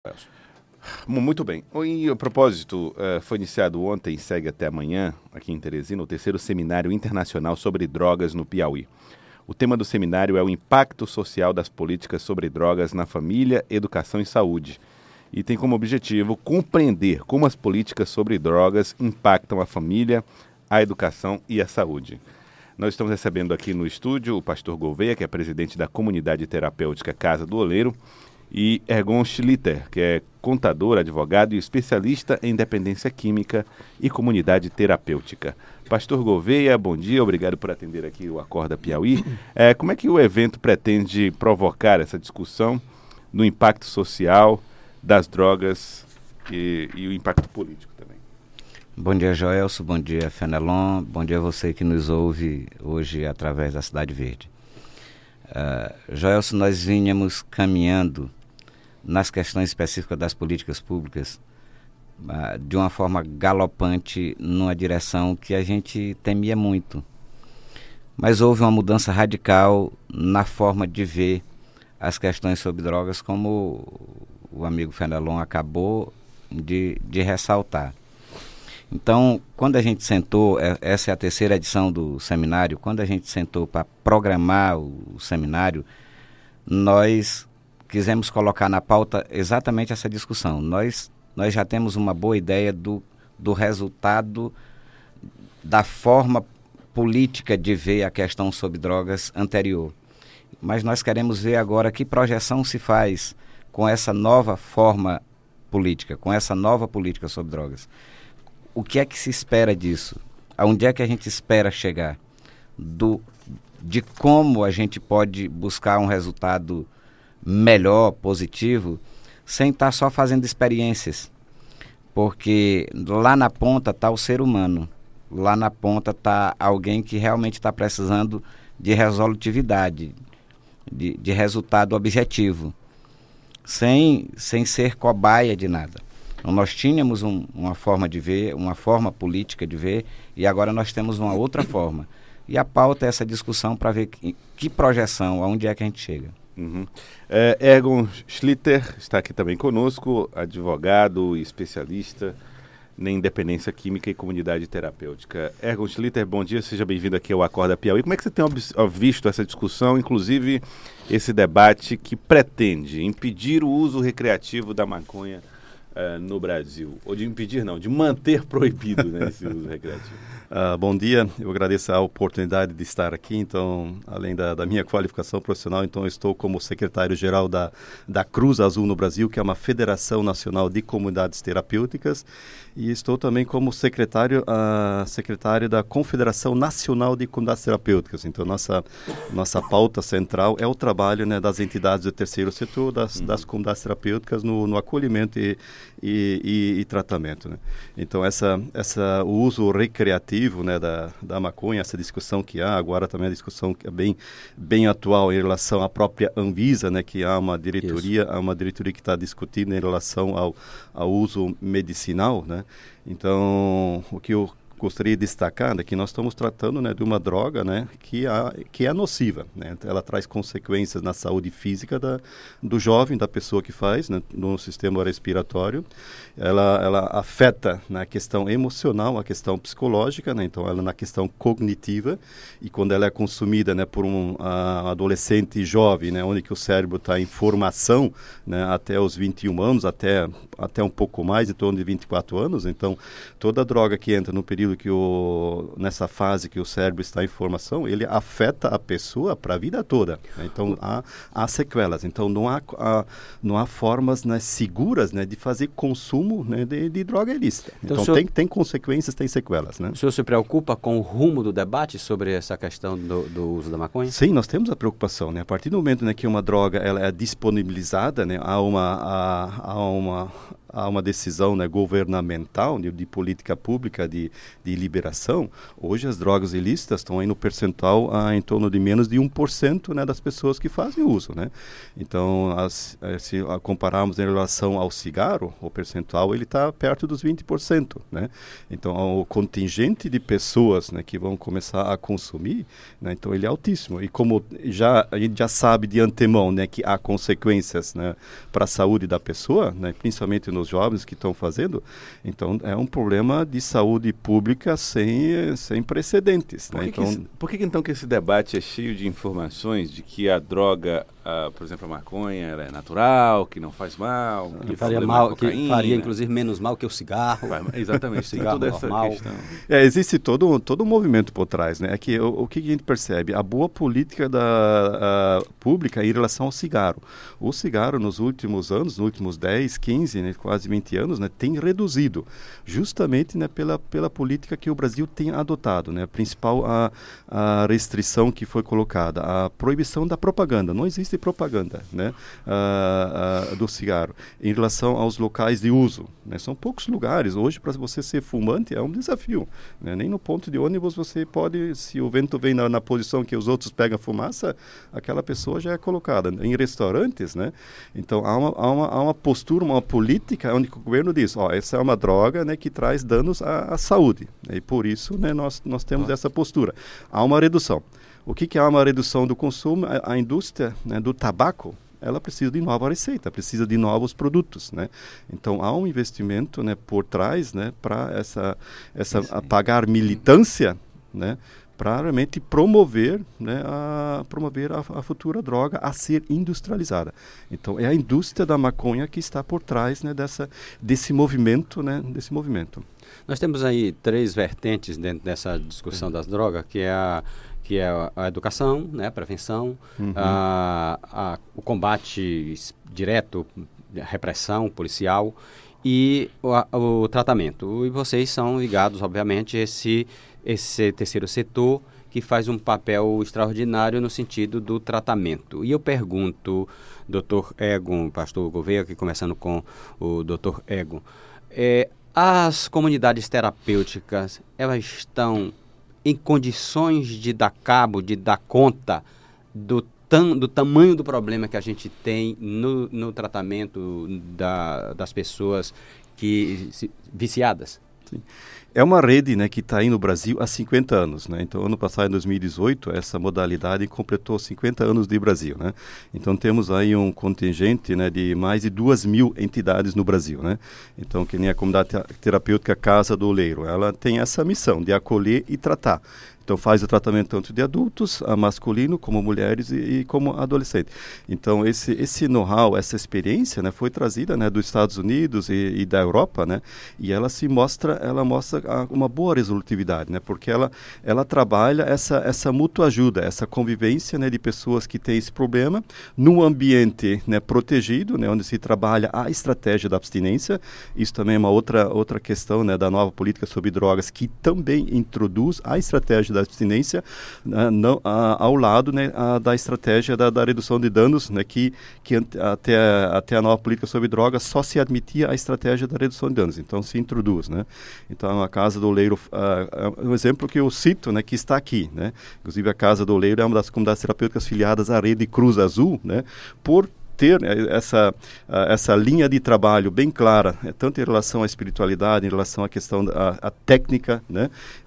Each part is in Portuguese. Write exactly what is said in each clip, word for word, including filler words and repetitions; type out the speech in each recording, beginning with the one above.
Muito bem. E, a propósito, foi iniciado ontem e segue até amanhã, aqui em Teresina, o terceiro Seminário Internacional sobre Drogas no Piauí. O tema do seminário é o impacto social das políticas sobre drogas na família, educação e saúde. E tem como objetivo compreender como as políticas sobre drogas impactam a família, a educação e a saúde. Nós estamos recebendo aqui no estúdio o pastor Gouveia, que é presidente da comunidade terapêutica Casa do Oleiro, e Ergon Schlitter, que é contador, advogado e especialista em dependência química e comunidade terapêutica. Pastor Gouveia, bom dia, obrigado por atender aqui o Acorda Piauí. É, como é que o evento pretende provocar essa discussão no impacto social das drogas e, e o impacto político também? Bom dia, Joelso, bom dia, Fenelon, bom dia a você que nos ouve hoje através da Cidade Verde. Uh, Joelso, nós vínhamos caminhando nas questões específicas das políticas públicas uh, de uma forma galopante numa direção que a gente temia muito. Mas houve uma mudança radical na forma de ver as questões sobre drogas, como o amigo Fenelon acabou de, de ressaltar. Então, quando a gente sentou, essa é a terceira edição do seminário, quando a gente sentou para programar o, o seminário, nós quisemos colocar na pauta exatamente essa discussão. Nós, nós já temos uma boa ideia do, do resultado da forma política de ver a questão sobre drogas anterior. Mas nós queremos ver agora que projeção se faz com essa nova forma política, com essa nova política sobre drogas. O que é que se espera disso? Aonde é que a gente espera chegar? Do, de como a gente pode buscar um resultado melhor, positivo, sem estar só fazendo experiências. Porque lá na ponta está o ser humano. Lá na ponta está alguém que realmente está precisando de resolutividade, de, de resultado objetivo, sem, sem ser cobaia de nada. Então, nós tínhamos um, uma forma de ver, uma forma política de ver, e agora nós temos uma outra forma. E a pauta é essa discussão para ver que, que projeção, aonde é que a gente chega. Uhum. É, Ergon Schlitter está aqui também conosco, advogado e especialista em independência química e comunidade terapêutica. Ergon Schlitter, bom dia, seja bem-vindo aqui ao Acorda Piauí. Como é que você tem visto essa discussão, inclusive esse debate que pretende impedir o uso recreativo da maconha Uh, no Brasil, ou de impedir não, de manter proibido, né, esse uso recreativo? Uh, bom dia, eu agradeço a oportunidade de estar aqui, então, além da, da minha qualificação profissional, então eu estou como secretário-geral da, da Cruz Azul no Brasil, que é uma Federação Nacional de Comunidades Terapêuticas, e estou também como secretário, uh, secretário da Confederação Nacional de Comunidades Terapêuticas. Então, nossa, nossa pauta central é o trabalho, né, das entidades do terceiro setor, das, uhum. das comunidades terapêuticas no, no acolhimento e, e, e, e tratamento, né? Então, essa, essa, o uso recreativo, né, da, da maconha, essa discussão que há, agora também a discussão que é bem, bem atual em relação à própria Anvisa, né, que há uma diretoria, há uma diretoria que está discutindo em relação ao, ao uso medicinal, né? Então, o que eu gostaria de destacar é que nós estamos tratando, né, de uma droga, né, que, há, que é nociva, né? Ela traz consequências na saúde física da, do jovem, da pessoa que faz, né, no sistema respiratório. Ela, ela afeta na questão emocional, a questão psicológica, né? Então ela na questão cognitiva, e quando ela é consumida, né, por um uh, adolescente jovem, né, onde que o cérebro está em formação, né, até os vinte e um anos, até, até um pouco mais, em torno de vinte e quatro anos, então toda droga que entra no período que o, nessa fase que o cérebro está em formação, ele afeta a pessoa para a vida toda, né? Então há, há sequelas, então não há, há, não há formas, né, seguras, né, de fazer consumo, né, de, de droga ilícita. Então, então senhor, tem, tem consequências, tem sequelas, né? O senhor se preocupa com o rumo do debate sobre essa questão do, do uso da maconha? Sim, nós temos a preocupação, né? A partir do momento, né, que uma droga ela é disponibilizada, né, há uma, há, há uma há uma decisão, né, governamental, de, de política pública de, de liberação, hoje as drogas ilícitas estão aí no percentual ah, em torno de menos de um por cento, né, das pessoas que fazem uso, né? Então, as, se compararmos em relação ao cigarro, o percentual ele está perto dos vinte por cento, né? Então, o contingente de pessoas, né, que vão começar a consumir, né, então ele é altíssimo. E como já, a gente já sabe de antemão, né, que há consequências, né, para a saúde da pessoa, né, principalmente nos jovens que estão fazendo, então é um problema de saúde pública sem, sem precedentes. Por, né? que, então, que, esse, por que, que então que esse debate é cheio de informações de que a droga, uh, por exemplo, a maconha, ela é natural, que não faz mal, que faria mal, que faria inclusive menos mal que o cigarro. Vai, exatamente, tem toda essa normal. questão. É, existe todo um, todo um movimento por trás, né? É que o, o que a gente percebe? A boa política da a, pública em relação ao cigarro. O cigarro nos últimos anos, nos últimos dez, quinze, né, quase vinte anos, né, tem reduzido, justamente, né, pela, pela política que o Brasil tem adotado, né? A principal a, a restrição que foi colocada, a proibição da propaganda. Não existe propaganda, né, a, a, do cigarro em relação aos locais de uso, né? São poucos lugares. Hoje, para você ser fumante, é um desafio, né? Nem no ponto de ônibus você pode, se o vento vem na, na posição que os outros pegam a fumaça, aquela pessoa já é colocada. Em restaurantes, né? Então, há uma, há uma, há uma postura, uma política onde o governo diz, ó, essa é uma droga, né, que traz danos à, à saúde. E por isso, né, nós, nós temos ah. essa postura. Há uma redução. O que, que é uma redução do consumo? A, a indústria, né, do tabaco, ela precisa de nova receita, precisa de novos produtos, né? Então há um investimento, né, por trás, né, para essa essa pagar militância, né, para realmente promover, né, a promover a, a futura droga a ser industrializada. Então é a indústria da maconha que está por trás, né, dessa desse movimento, né, desse movimento. Nós temos aí três vertentes dentro dessa discussão das drogas, que é a que é a educação, né, a prevenção, uhum. a, a, o combate direto, a repressão policial e o, a, o tratamento. E vocês são ligados, obviamente, a esse, esse terceiro setor que faz um papel extraordinário no sentido do tratamento. E eu pergunto, doutor Egon, pastor Gouveia, aqui começando com o doutor Egon, é, as comunidades terapêuticas, elas estão em condições de dar cabo, de dar conta do, tam, do tamanho do problema que a gente tem no, no tratamento da, das pessoas que, se, viciadas? Sim. É uma rede, né, que está aí no Brasil há cinquenta anos, né? Então, ano passado, em dois mil e dezoito, essa modalidade completou cinquenta anos de Brasil, né? Então, temos aí um contingente, né, de mais de duas mil entidades no Brasil, né? Então, que nem a comunidade terapêutica Casa do Oleiro, ela tem essa missão de acolher e tratar. Então, faz o tratamento tanto de adultos, a masculino, como mulheres e, e como adolescentes. Então, esse, esse know-how, essa experiência, né, foi trazida, né, dos Estados Unidos e, e da Europa, né, e ela se mostra, ela mostra a, uma boa resolutividade, né, porque ela, ela trabalha essa, essa mútua ajuda, essa convivência, né, de pessoas que têm esse problema num ambiente, né, protegido, né, onde se trabalha a estratégia da abstinência. Isso também é uma outra, outra questão, né, da nova política sobre drogas, que também introduz a estratégia da abstinência uh, não, uh, ao lado, né, uh, da estratégia da, da redução de danos, né, que, que até, até a nova política sobre drogas só se admitia a estratégia da redução de danos. Então se introduz, né? Então a Casa do Oleiro uh, é um exemplo que eu cito, né, que está aqui, né? Inclusive a Casa do Oleiro é uma das comunidades terapêuticas filiadas à rede Cruz Azul, né, por ter essa, essa linha de trabalho bem clara, tanto em relação à espiritualidade, em relação à questão da à técnica, né?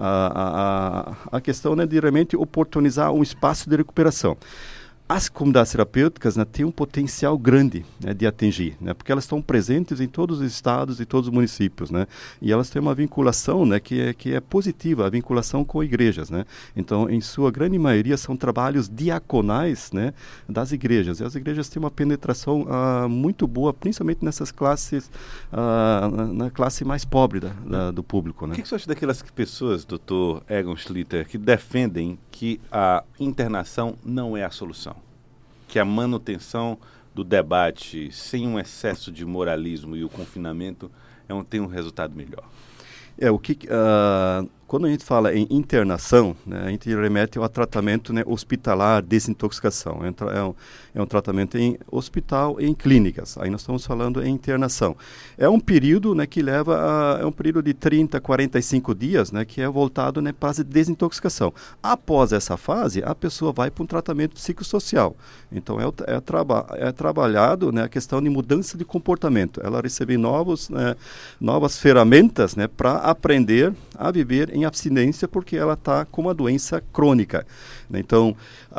a, a, a questão, né, de realmente oportunizar um espaço de recuperação. As comunidades terapêuticas, né, têm um potencial grande, né, de atingir, né, porque elas estão presentes em todos os estados e todos os municípios, né, e elas têm uma vinculação, né, que, é, que é positiva, a vinculação com igrejas, né. Então, em sua grande maioria, são trabalhos diaconais, né, das igrejas, e as igrejas têm uma penetração uh, muito boa, principalmente nessas classes, uh, na, na classe mais pobre da, da, do público, né. O que, que você acha daquelas pessoas, doutor Egon Schlitter, que defendem que a internação não é a solução? Que a manutenção do debate sem um excesso de moralismo e o confinamento é um, tem um resultado melhor? É, o que, uh, quando a gente fala em internação, né, a gente remete ao tratamento, né, hospitalar, desintoxicação. É um, tra- é, um, é um tratamento em hospital e em clínicas. Aí nós estamos falando em internação. É um período, né, que leva a, é um período de trinta, quarenta e cinco dias, né, que é voltado, né, para a desintoxicação. Após essa fase, a pessoa vai para um tratamento psicossocial. Então é, é, traba, é trabalhado, né, a questão de mudança de comportamento. Ela recebe novos, né, novas ferramentas, né, para aprender a viver em abstinência, porque ela está com uma doença crônica. Então,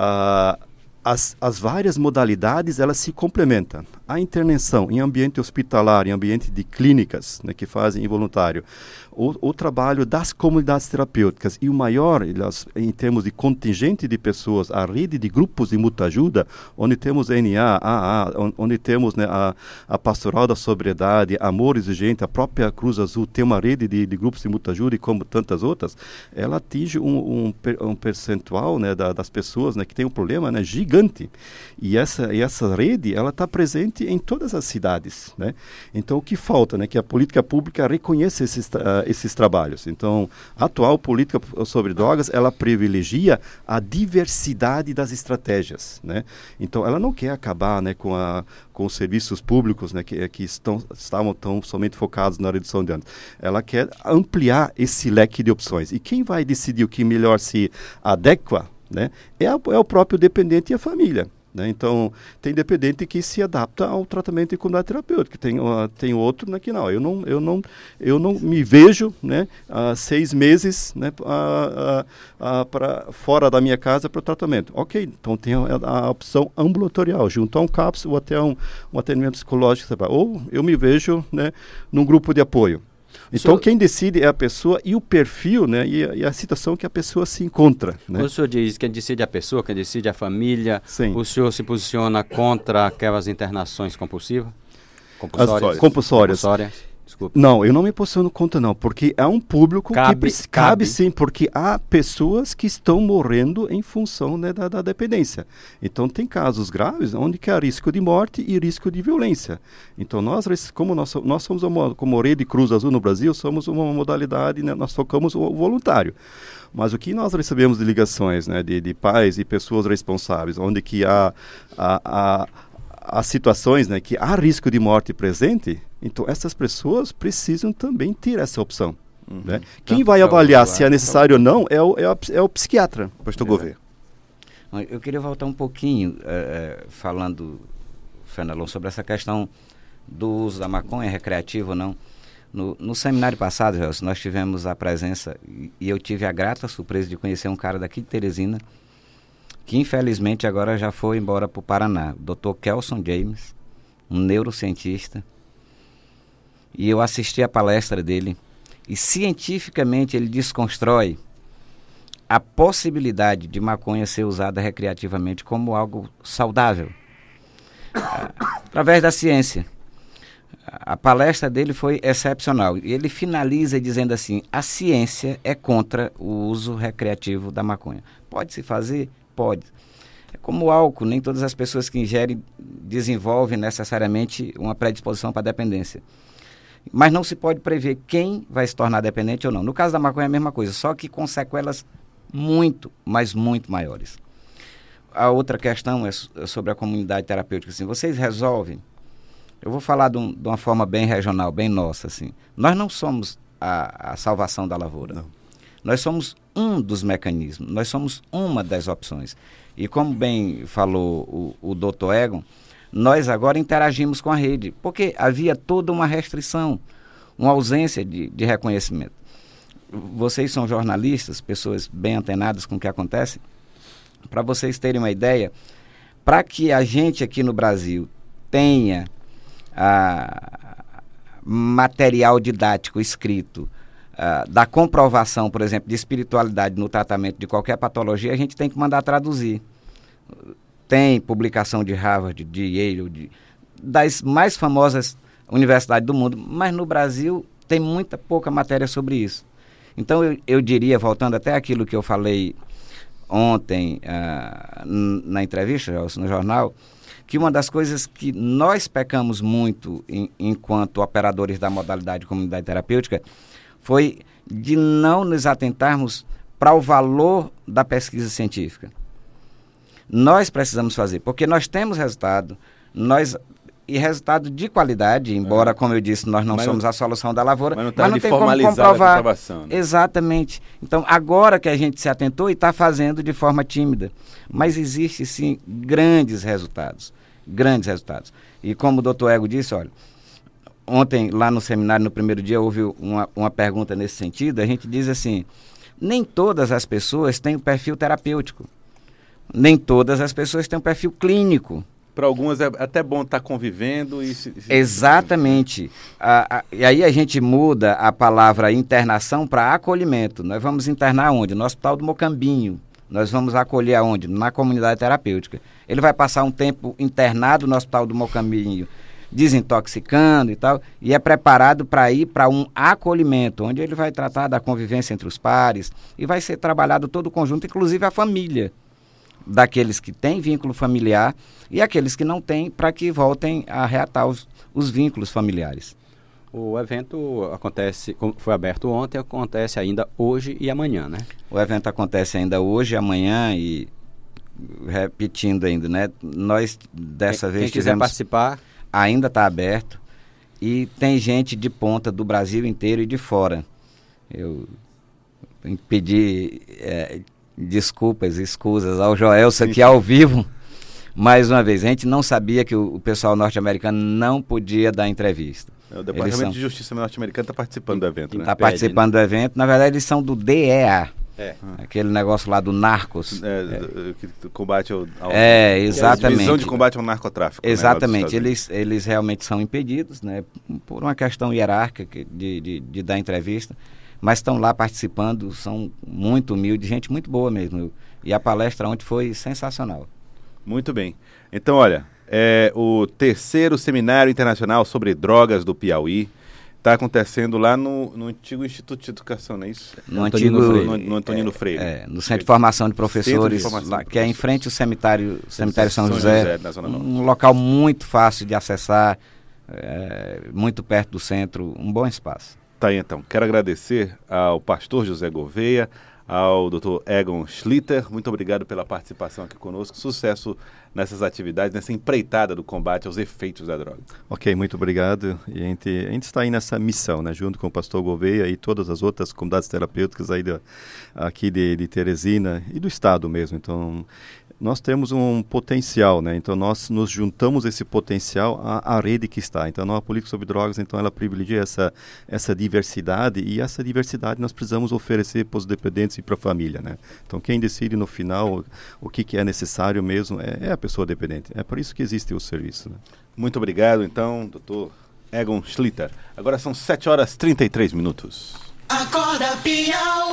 a As, as várias modalidades, elas se complementam. A intervenção em ambiente hospitalar, em ambiente de clínicas, né, que fazem involuntário, o, o trabalho das comunidades terapêuticas e o maior, elas, em termos de contingente de pessoas, a rede de grupos de muita-ajuda, onde temos N A, A A, onde temos, né, a, a Pastoral da Sobriedade, Amor Exigente, a própria Cruz Azul tem uma rede de, de grupos de muita-ajuda e como tantas outras, ela atinge um, um, um percentual, né, da, das pessoas, né, que tem um problema, né, gigante. E essa, e essa rede, ela está presente em todas as cidades, né? Então, o que falta, né, que a política pública reconheça esses, uh, esses trabalhos. Então, a atual política sobre drogas, ela privilegia a diversidade das estratégias, né? Então, ela não quer acabar, né, com, a, com os serviços públicos, né, que, que estão, estavam tão somente focados na redução de danos. Ela quer ampliar esse leque de opções. E quem vai decidir o que melhor se adequa, né, é, a, é o próprio dependente e a família. Né? Então, tem dependente que se adapta ao tratamento de comunidade terapêutica, tem, uh, tem outro, né, que não. Eu não, eu não, eu não me vejo, né, uh, seis meses, né, uh, uh, uh, pra, fora da minha casa para o tratamento. Ok, então tem a, a opção ambulatorial, junto a um CAPS ou até um, um atendimento psicológico. Ou eu me vejo, né, num grupo de apoio. Então, quem decide é a pessoa e o perfil, né, e, a, e a situação que a pessoa se encontra. Né? O senhor diz quem decide é a pessoa, quem decide é a família. Sim. O senhor se posiciona contra aquelas internações compulsivas? Compulsórias? As, compulsórias. Compulsórias. Desculpa. Não, eu não me posiciono contra, não, porque é um público cabe, que cabe, cabe sim, porque há pessoas que estão morrendo em função, né, da, da dependência. Então, tem casos graves onde que há risco de morte e risco de violência. Então, nós, como nós, nós somos, uma, como Rede Cruz Azul no Brasil, somos uma modalidade, né, nós focamos o voluntário. Mas o que nós recebemos de ligações, né, de, de pais e pessoas responsáveis, onde que há, há, há, há situações, né, que há risco de morte presente, então essas pessoas precisam também ter essa opção. Uhum. Né? Quem então, vai avaliar se é necessário ou não é o, é o, é o psiquiatra. Pastor Gouveia. Eu queria voltar um pouquinho, é, falando, Fenelon, sobre essa questão do uso da maconha, recreativa ou não. No, no seminário passado, Gelson, nós tivemos a presença, e, e eu tive a grata surpresa de conhecer um cara daqui de Teresina, que infelizmente agora já foi embora para o Paraná, o doutor Kelson James, um neurocientista. E eu assisti a palestra dele, e cientificamente ele desconstrói a possibilidade de maconha ser usada recreativamente como algo saudável, através da ciência. A palestra dele foi excepcional. E ele finaliza dizendo assim: a ciência é contra o uso recreativo da maconha. Pode-se fazer? Pode. É como o álcool, nem todas as pessoas que ingerem desenvolvem necessariamente uma predisposição para a dependência. Mas não se pode prever quem vai se tornar dependente ou não. No caso da maconha é a mesma coisa, só que com sequelas muito, mas muito maiores. A outra questão é sobre a comunidade terapêutica. Assim, vocês resolvem, eu vou falar de, um, de uma forma bem regional, bem nossa. Assim. Nós não somos a, a salvação da lavoura. Não. Nós somos um dos mecanismos, nós somos uma das opções. E como bem falou o, o doutor Egon, nós agora interagimos com a rede, porque havia toda uma restrição, uma ausência de, de reconhecimento. Vocês são jornalistas, pessoas bem antenadas com o que acontece. Para vocês terem uma ideia, para que a gente aqui no Brasil tenha a, material didático escrito a, da comprovação, por exemplo, de espiritualidade no tratamento de qualquer patologia, a gente tem que mandar traduzir. Tem publicação de Harvard, de Yale, de, das mais famosas universidades do mundo, mas no Brasil tem muita pouca matéria sobre isso. Então eu, eu diria, voltando até aquilo que eu falei ontem uh, na entrevista, no jornal, que uma das coisas que nós pecamos muito em, enquanto operadores da modalidade de comunidade terapêutica foi de não nos atentarmos para o valor da pesquisa científica. Nós precisamos fazer, porque nós temos resultado, nós, e resultado de qualidade, embora, é. como eu disse, nós não mas somos não, a solução da lavoura, mas não, tá mas não tem como comprovar. Né? Exatamente. Então, agora que a gente se atentou e está fazendo de forma tímida, mas existe, sim, grandes resultados, grandes resultados. E como o doutor Ego disse, olha, ontem, lá no seminário, no primeiro dia, houve uma, uma pergunta nesse sentido, a gente diz assim, nem todas as pessoas têm o perfil terapêutico. Nem todas as pessoas têm um perfil clínico. Para algumas é até bom estar convivendo. E se, se... Exatamente. A, a, e aí a gente muda a palavra internação para acolhimento. Nós vamos internar onde? No Hospital do Mocambinho. Nós vamos acolher aonde? Na comunidade terapêutica. Ele vai passar um tempo internado no Hospital do Mocambinho, desintoxicando e tal, e é preparado para ir para um acolhimento, onde ele vai tratar da convivência entre os pares e vai ser trabalhado todo o conjunto, inclusive a família, daqueles que têm vínculo familiar e aqueles que não têm, para que voltem a reatar os, os vínculos familiares. O evento acontece, foi aberto ontem, acontece ainda hoje e amanhã, né? O evento acontece ainda hoje e amanhã e, repetindo ainda, né? Nós, dessa quem, vez, quem quiser tivemos, participar... ainda está aberto e tem gente de ponta do Brasil inteiro e de fora. Eu pedi... É, desculpas, escusas ao Joelson aqui ao vivo, mais uma vez, a gente não sabia que o, o pessoal norte-americano não podia dar entrevista. É, o Departamento são, de Justiça norte-americano está participando do evento, né? Está participando, né, do evento, na verdade eles são do D E A, é. aquele negócio lá do Narcos. É, é. Que combate ao... ao é, exatamente. Divisão de combate ao narcotráfico. Exatamente, né, eles, eles realmente são impedidos, né, por uma questão hierárquica de, de, de dar entrevista, mas estão lá participando, são muito humildes, gente muito boa mesmo. E a palestra ontem foi sensacional. Muito bem. Então, olha, é o terceiro Seminário Internacional sobre Drogas do Piauí está acontecendo lá no, no antigo Instituto de Educação, não é isso? No antigo Freire. No, no Antonino é, Freire. É, no Centro de Formação de Professores, de Formação lá, de Professores. Que é em frente ao cemitério, cemitério São, São José, José na Zona Norte. Um local muito fácil de acessar, é, muito perto do centro, um bom espaço. Tá aí, então. Quero agradecer ao pastor José Gouveia, ao doutor Egon Schlitter. Muito obrigado pela participação aqui conosco. Sucesso nessas atividades, nessa empreitada do combate aos efeitos da droga. Ok, muito obrigado. E a gente, a gente está aí nessa missão, né, junto com o pastor Gouveia e todas as outras comunidades terapêuticas aí do, aqui de, de Teresina e do estado mesmo. Então, nós temos um potencial, né? Então nós nos juntamos esse potencial à, à rede que está. Então a nova política sobre drogas, então ela privilegia essa essa diversidade e essa diversidade nós precisamos oferecer para os dependentes e para a família, né? Então quem decide no final o, o que, que é necessário mesmo é, é a pessoa dependente. É por isso que existe o serviço, né? Muito obrigado, então, doutor Egon Schlitter. Agora são sete horas e trinta e três minutos. Acorda, Piauí!